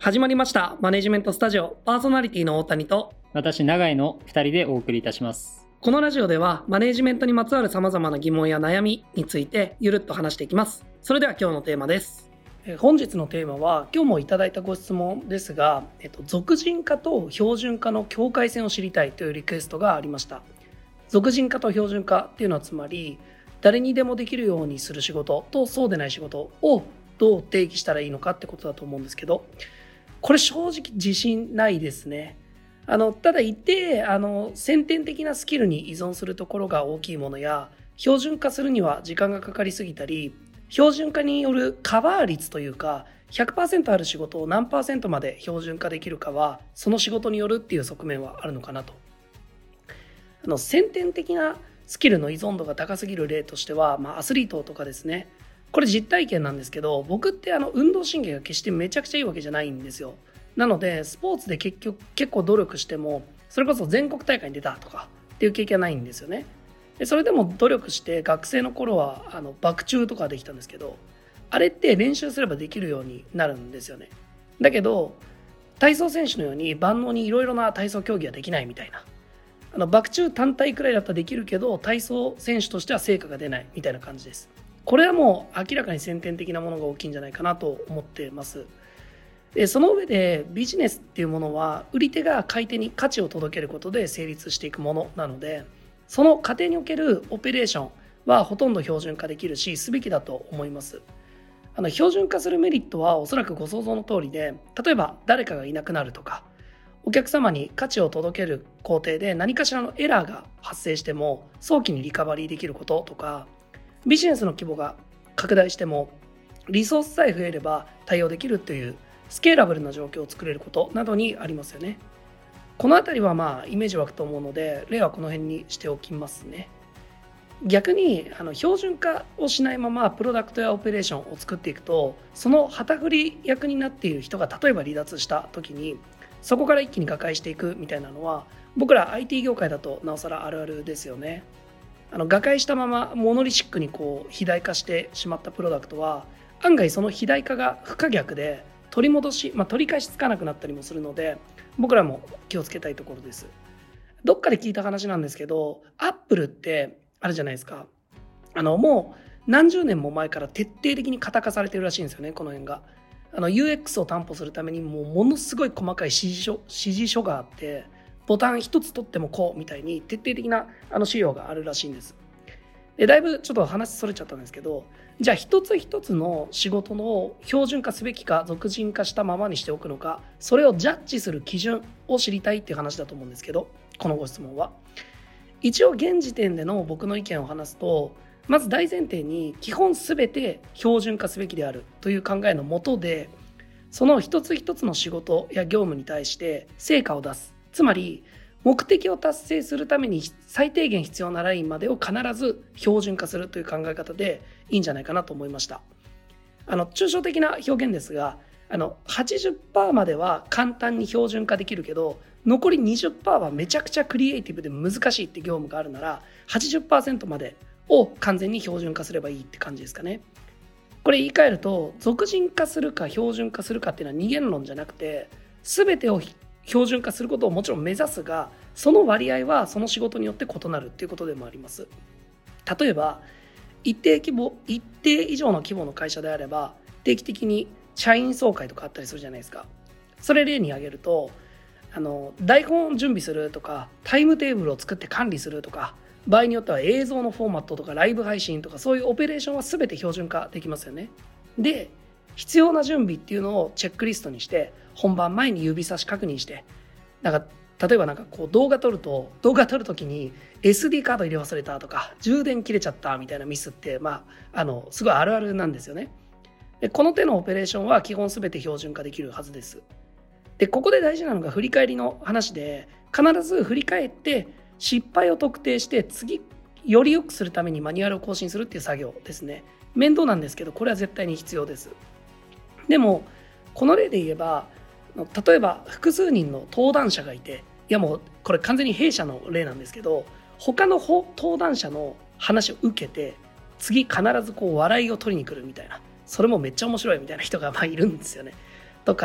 始まりましたマネジメントスタジオ、パーソナリティの大谷と私永井の2人でお送りいたします。 このラジオではマネジメントにまつわる様々な疑問や悩みについてゆるっと話していきます。それでは今日のテーマです。本日のテーマは今日もいただいたご質問ですが、俗人化と標準化の境界線を知りたいというリクエストがありました。俗人化と標準化っていうのはつまり誰にでもできるようにする仕事とそうでない仕事をどう定義したらいいのかってことだと思うんですけど、これ正直自信ないですね。ただ一定先天的なスキルに依存するところが大きいものや、標準化するには時間がかかりすぎたり、標準化によるカバー率というか 100% ある仕事を何%まで標準化できるかはその仕事によるっていう側面はあるのかなと。先天的なスキルの依存度が高すぎる例としては、アスリートとかですね。これ実体験なんですけど、僕って運動神経が決してめちゃくちゃいいわけじゃないんですよ。なのでスポーツで結構努力してもそれこそ全国大会に出たとかっていう経験はないんですよね。でそれでも努力して学生の頃はバク宙とかできたんですけど、あれって練習すればできるようになるんですよね。だけど体操選手のように万能にいろいろな体操競技はできないみたいな、バク宙単体くらいだったらできるけど体操選手としては成果が出ないみたいな感じです。これはもう明らかに先天的なものが大きいんじゃないかなと思っています。でその上でビジネスっていうものは売り手が買い手に価値を届けることで成立していくものなので、その過程におけるオペレーションはほとんど標準化できるしすべきだと思います。標準化するメリットはおそらくご想像の通りで、例えば誰かがいなくなるとか、お客様に価値を届ける工程で何かしらのエラーが発生しても早期にリカバリーできることとか、ビジネスの規模が拡大してもリソースさえ増えれば対応できるというスケーラブルな状況を作れることなどにありますよね。このあたりはイメージ湧くと思うので例はこの辺にしておきますね。逆に標準化をしないままプロダクトやオペレーションを作っていくと、その旗振り役になっている人が例えば離脱した時にそこから一気に瓦解していくみたいなのは、僕ら IT 業界だとなおさらあるあるですよね。瓦解したままモノリシックに肥大化してしまったプロダクトは案外その肥大化が不可逆で取り戻し、取り返しつかなくなったりもするので、僕らも気をつけたいところです。どっかで聞いた話なんですけど、アップルってあるじゃないですか。もう何十年も前から徹底的に型化されてるらしいんですよね、この辺が。UX を担保するためにものすごい細かい指示書があって、ボタン一つ取ってもこうみたいに徹底的な仕様があるらしいんです。でだいぶちょっと話それちゃったんですけど、じゃあ一つ一つの仕事の標準化すべきか俗人化したままにしておくのか、それをジャッジする基準を知りたいっていう話だと思うんですけど、このご質問は一応現時点での僕の意見を話すと、まず大前提に基本すべて標準化すべきであるという考えのもとで、その一つ一つの仕事や業務に対して成果を出す、つまり目的を達成するために最低限必要なラインまでを必ず標準化するという考え方でいいんじゃないかなと思いました。抽象的な表現ですが、80% までは簡単に標準化できるけど残り 20% はめちゃくちゃクリエイティブで難しいって業務があるなら 80% までを完全に標準化すればいいって感じですかね。これ言い換えると、俗人化するか標準化するかっていうのは二元論じゃなくて、全てを標準化することをもちろん目指すが、その割合はその仕事によって異なるっていうことでもあります。例えば一定以上の規模の会社であれば定期的に社員総会とかあったりするじゃないですか。それ例に挙げると、台本を準備するとかタイムテーブルを作って管理するとか、場合によっては映像のフォーマットとかライブ配信とか、そういうオペレーションは全て標準化できますよね。で必要な準備っていうのをチェックリストにして本番前に指差し確認して、例えば動画撮るときに SD カード入れ忘れたとか充電切れちゃったみたいなミスってすごいあるあるなんですよね。でこの手のオペレーションは基本全て標準化できるはずです。でここで大事なのが振り返りの話で、必ず振り返って失敗を特定して次より良くするためにマニュアルを更新するっていう作業ですね。面倒なんですけどこれは絶対に必要です。でもこの例で言えば、例えば複数人の登壇者がいて、もうこれ完全に弊社の例なんですけど、他の登壇者の話を受けて次必ず笑いを取りに来るみたいな、それもめっちゃ面白いみたいな人がいるんですよね。とか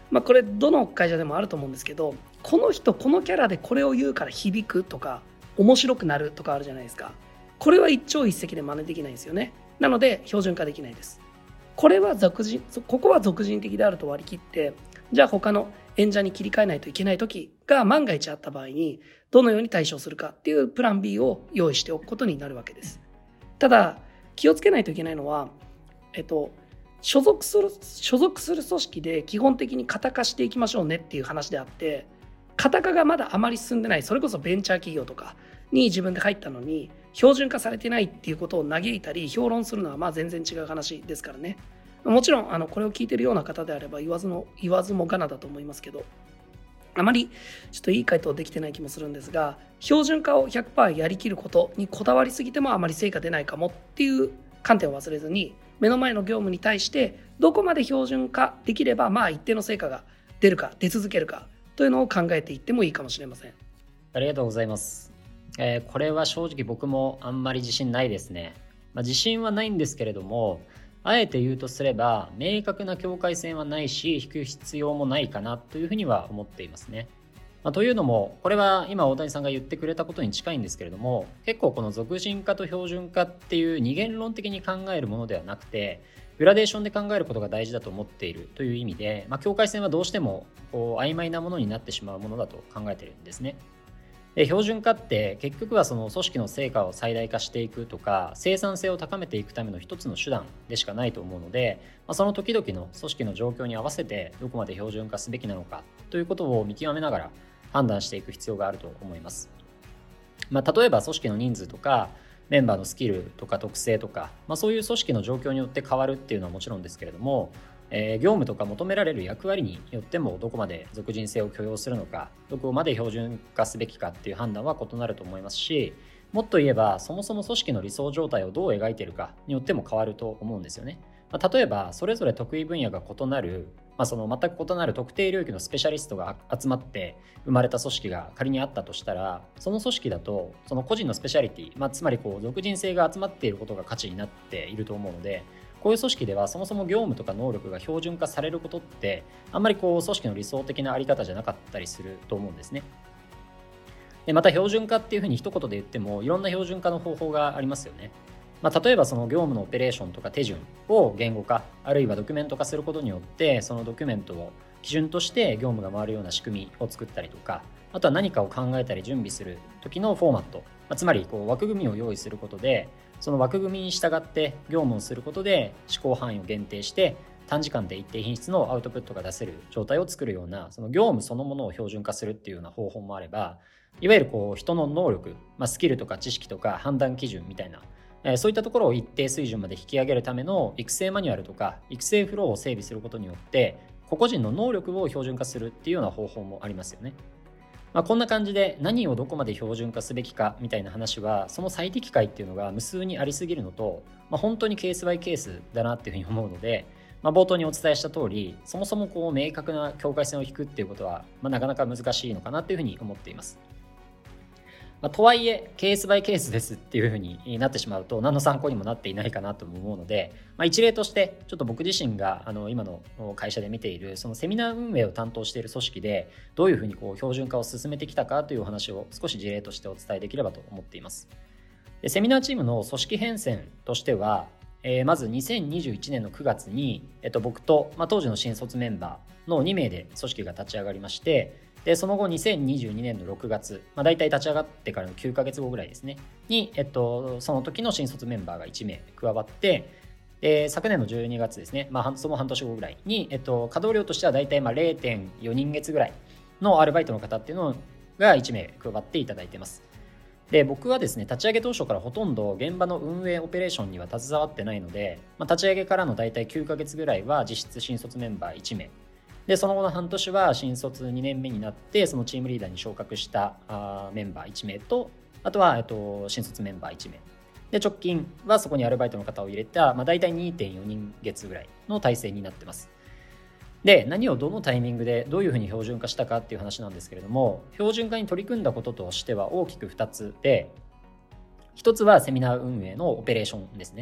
これどの会社でもあると思うんですけど、この人このキャラでこれを言うから響くとか面白くなるとかあるじゃないですか。これは一朝一夕で真似できないんですよね。なので標準化できないです。ここは俗人的であると割り切って、じゃあ他の演者に切り替えないといけない時が万が一あった場合にどのように対処するかっていうプラン B を用意しておくことになるわけです。ただ気をつけないといけないのは、所属する組織で基本的に型化していきましょうねっていう話であって、型化がまだあまり進んでない、それこそベンチャー企業とかに自分で入ったのに標準化されてないっていうことを嘆いたり評論するのは全然違う話ですからね。もちろんこれを聞いてるような方であれば言わずもがなだと思いますけど、あまりちょっといい回答できてない気もするんですが、標準化を 100% やりきることにこだわりすぎてもあまり成果出ないかもっていう観点を忘れずに、目の前の業務に対してどこまで標準化できれば一定の成果が出るか出続けるかというのを考えていってもいいかもしれません。 ありがとうございます。これは正直僕もあんまり自信ないですね。自信はないんですけれども、あえて言うとすれば明確な境界線はないし引く必要もないかなというふうには思っていますね。というのもこれは今大谷さんが言ってくれたことに近いんですけれども、結構この俗人化と標準化っていう二元論的に考えるものではなくて、グラデーションで考えることが大事だと思っているという意味で、境界線はどうしても曖昧なものになってしまうものだと考えているんですね。で、標準化って結局はその組織の成果を最大化していくとか生産性を高めていくための一つの手段でしかないと思うので、その時々の組織の状況に合わせてどこまで標準化すべきなのかということを見極めながら判断していく必要があると思います。例えば組織の人数とかメンバーのスキルとか特性とか、そういう組織の状況によって変わるっていうのはもちろんですけれども、業務とか求められる役割によってもどこまで属人性を許容するのか、どこまで標準化すべきかっていう判断は異なると思いますし、もっと言えばそもそも組織の理想状態をどう描いているかによっても変わると思うんですよね。例えばそれぞれ得意分野が異なる、その全く異なる特定領域のスペシャリストが集まって生まれた組織が仮にあったとしたら、その組織だとその個人のスペシャリティ、つまり属人性が集まっていることが価値になっていると思うので、こういう組織ではそもそも業務とか能力が標準化されることってあんまり組織の理想的なあり方じゃなかったりすると思うんですね。で、また標準化っていうふうに一言で言ってもいろんな標準化の方法がありますよね。例えばその業務のオペレーションとか手順を言語化、あるいはドキュメント化することによってそのドキュメントを基準として業務が回るような仕組みを作ったりとか、あとは何かを考えたり準備する時のフォーマット、つまり枠組みを用意することで、その枠組みに従って業務をすることで思考範囲を限定して短時間で一定品質のアウトプットが出せる状態を作るような、その業務そのものを標準化するっていうような方法もあれば、いわゆる人の能力、スキルとか知識とか判断基準みたいな、そういったところを一定水準まで引き上げるための育成マニュアルとか育成フローを整備することによって個々人の能力を標準化するっていうような方法もありますよね。こんな感じで何をどこまで標準化すべきかみたいな話は、その最適解っていうのが無数にありすぎるのと、本当にケースバイケースだなっていうふうに思うので、冒頭にお伝えした通り、そもそも明確な境界線を引くっていうことは、なかなか難しいのかなっていうふうに思っています。とはいえケースバイケースですっていう風になってしまうと何の参考にもなっていないかなと思うので、一例としてちょっと僕自身が今の会社で見ているそのセミナー運営を担当している組織でどういう風に標準化を進めてきたかというお話を少し事例としてお伝えできればと思っています。で、セミナーチームの組織編成としては、まず2021年の9月に、僕と、当時の新卒メンバーの2名で組織が立ち上がりまして、でその後2022年の6月、だいたい立ち上がってからの9ヶ月後ぐらいですねに、その時の新卒メンバーが1名加わって、で昨年の12月ですね、その半年後ぐらいに、稼働量としてはだいたい 0.4 人月ぐらいのアルバイトの方っていうのが1名加わっていただいています。で、僕はですね、立ち上げ当初からほとんど現場の運営オペレーションには携わってないので、立ち上げからのだいたい9ヶ月ぐらいは実質新卒メンバー1名で、その後の半年は新卒2年目になってそのチームリーダーに昇格したメンバー1名と、あとは新卒メンバー1名で、直近はそこにアルバイトの方を入れた、だいたい 2.4 人月ぐらいの体制になってます。で、何をどのタイミングでどういうふうに標準化したかっていう話なんですけれども、標準化に取り組んだこととしては大きく2つで、1つはセミナー運営のオペレーションですね。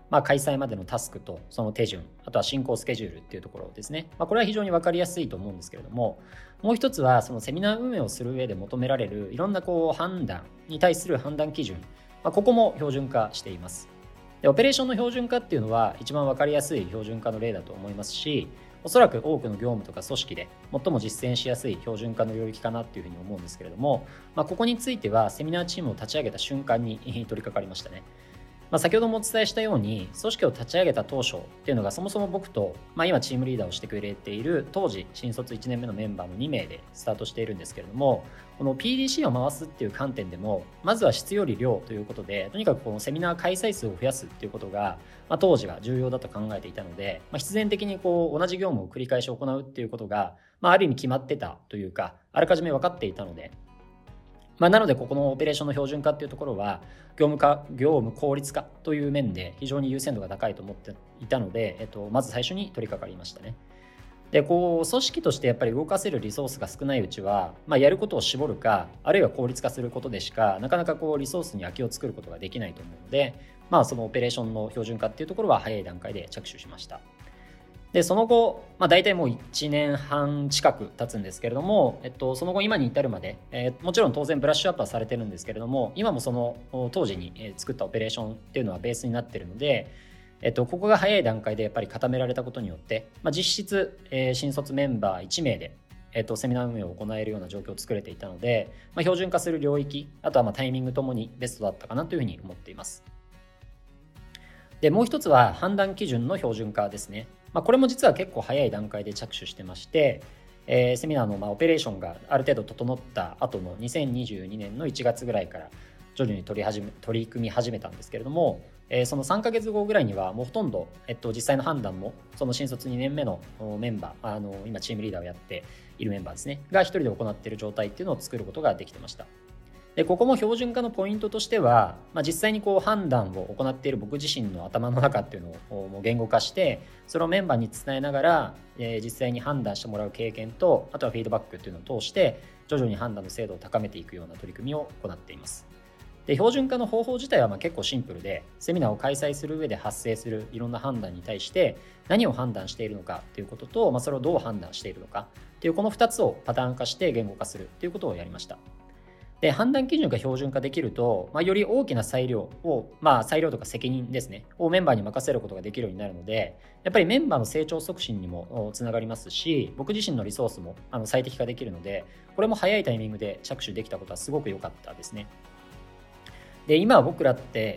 開催までのタスクとその手順、あとは進行スケジュールっていうところですね。これは非常に分かりやすいと思うんですけれども、もう一つはそのセミナー運営をする上で求められるいろんな判断に対する判断基準、ここも標準化しています。でオペレーションの標準化っていうのは一番分かりやすい標準化の例だと思いますし、おそらく多くの業務とか組織で最も実践しやすい標準化の領域かなっていうふうに思うんですけれども、ここについてはセミナーチームを立ち上げた瞬間に取り掛かりましたね。先ほどもお伝えしたように、組織を立ち上げた当初っていうのがそもそも僕と、今チームリーダーをしてくれている当時新卒1年目のメンバーの2名でスタートしているんですけれども、この PDC を回すっていう観点でも、まずは質より量ということで、とにかくこのセミナー開催数を増やすっていうことが、当時は重要だと考えていたので、必然的に同じ業務を繰り返し行うっていうことが、ある意味決まってたというか、あらかじめ分かっていたので、なのでここのオペレーションの標準化っていうところは業務効率化という面で非常に優先度が高いと思っていたので、まず最初に取り掛かりましたね。で組織としてやっぱり動かせるリソースが少ないうちは、やることを絞るか、あるいは効率化することでしかなかなかリソースに空きを作ることができないと思うので、そのオペレーションの標準化っていうところは早い段階で着手しました。でその後、大体もう1年半近く経つんですけれども、その後今に至るまで、もちろん当然ブラッシュアップはされてるんですけれども、今もその当時に作ったオペレーションっていうのはベースになっているので、ここが早い段階でやっぱり固められたことによって、実質、新卒メンバー1名で、セミナー運営を行えるような状況を作れていたので、標準化する領域、あとはタイミングともにベストだったかなというふうに思っています。でもう一つは判断基準の標準化ですね。これも実は結構早い段階で着手してまして、セミナーのオペレーションがある程度整った後の2022年の1月ぐらいから徐々に取り組み始めたんですけれども、その3ヶ月後ぐらいにはもうほとんど、実際の判断もその新卒2年目のメンバー、今チームリーダーをやっているメンバーですねが一人で行っている状態っていうのを作ることができてました。でここも標準化のポイントとしては、実際に判断を行っている僕自身の頭の中っていうのをもう言語化して、それをメンバーに伝えながら、実際に判断してもらう経験と、あとはフィードバックっていうのを通して徐々に判断の精度を高めていくような取り組みを行っています。で標準化の方法自体は結構シンプルで、セミナーを開催する上で発生するいろんな判断に対して何を判断しているのかということと、それをどう判断しているのかというこの2つをパターン化して言語化するということをやりました。で判断基準が標準化できると、より大きな裁量を、裁量とか責任ですねをメンバーに任せることができるようになるので、やっぱりメンバーの成長促進にもつながりますし、僕自身のリソースも最適化できるので、これも早いタイミングで着手できたことはすごく良かったですね。で今は僕らって、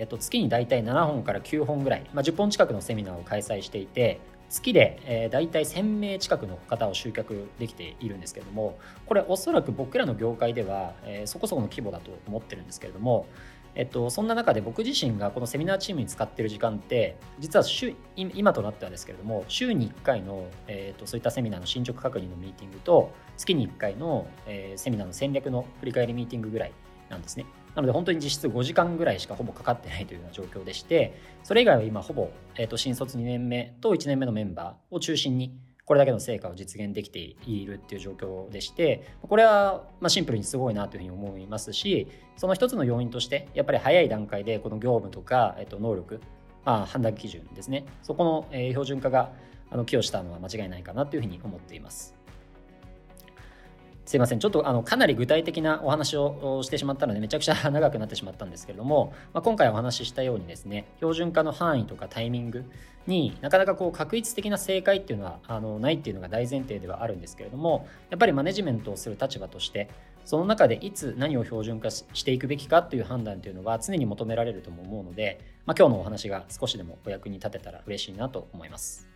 月に大体7本から9本ぐらい、10本近くのセミナーを開催していて、月で、大体1000名近くの方を集客できているんですけれども、これおそらく僕らの業界では、そこそこの規模だと思ってるんですけれども、そんな中で僕自身がこのセミナーチームに使っている時間って実は今となってはですけれども、週に1回の、そういったセミナーの進捗確認のミーティングと、月に1回の、セミナーの戦略の振り返りミーティングぐらいなんですね。なので本当に実質5時間ぐらいしかほぼかかってないというような状況でして、それ以外は今ほぼ、新卒2年目と1年目のメンバーを中心にこれだけの成果を実現できているっていう状況でして、これはシンプルにすごいなというふうに思いますし、その一つの要因としてやっぱり早い段階でこの業務とか、能力、判断基準ですね、そこの、標準化が寄与したのは間違いないかなというふうに思っています。すいません、ちょっとかなり具体的なお話をしてしまったのでめちゃくちゃ長くなってしまったんですけれども、今回お話ししたようにですね、標準化の範囲とかタイミングになかなか確一的な正解っていうのはないっていうのが大前提ではあるんですけれども、やっぱりマネジメントをする立場としてその中でいつ何を標準化していくべきかという判断というのは常に求められるとも思うので、今日のお話が少しでもお役に立てたら嬉しいなと思います。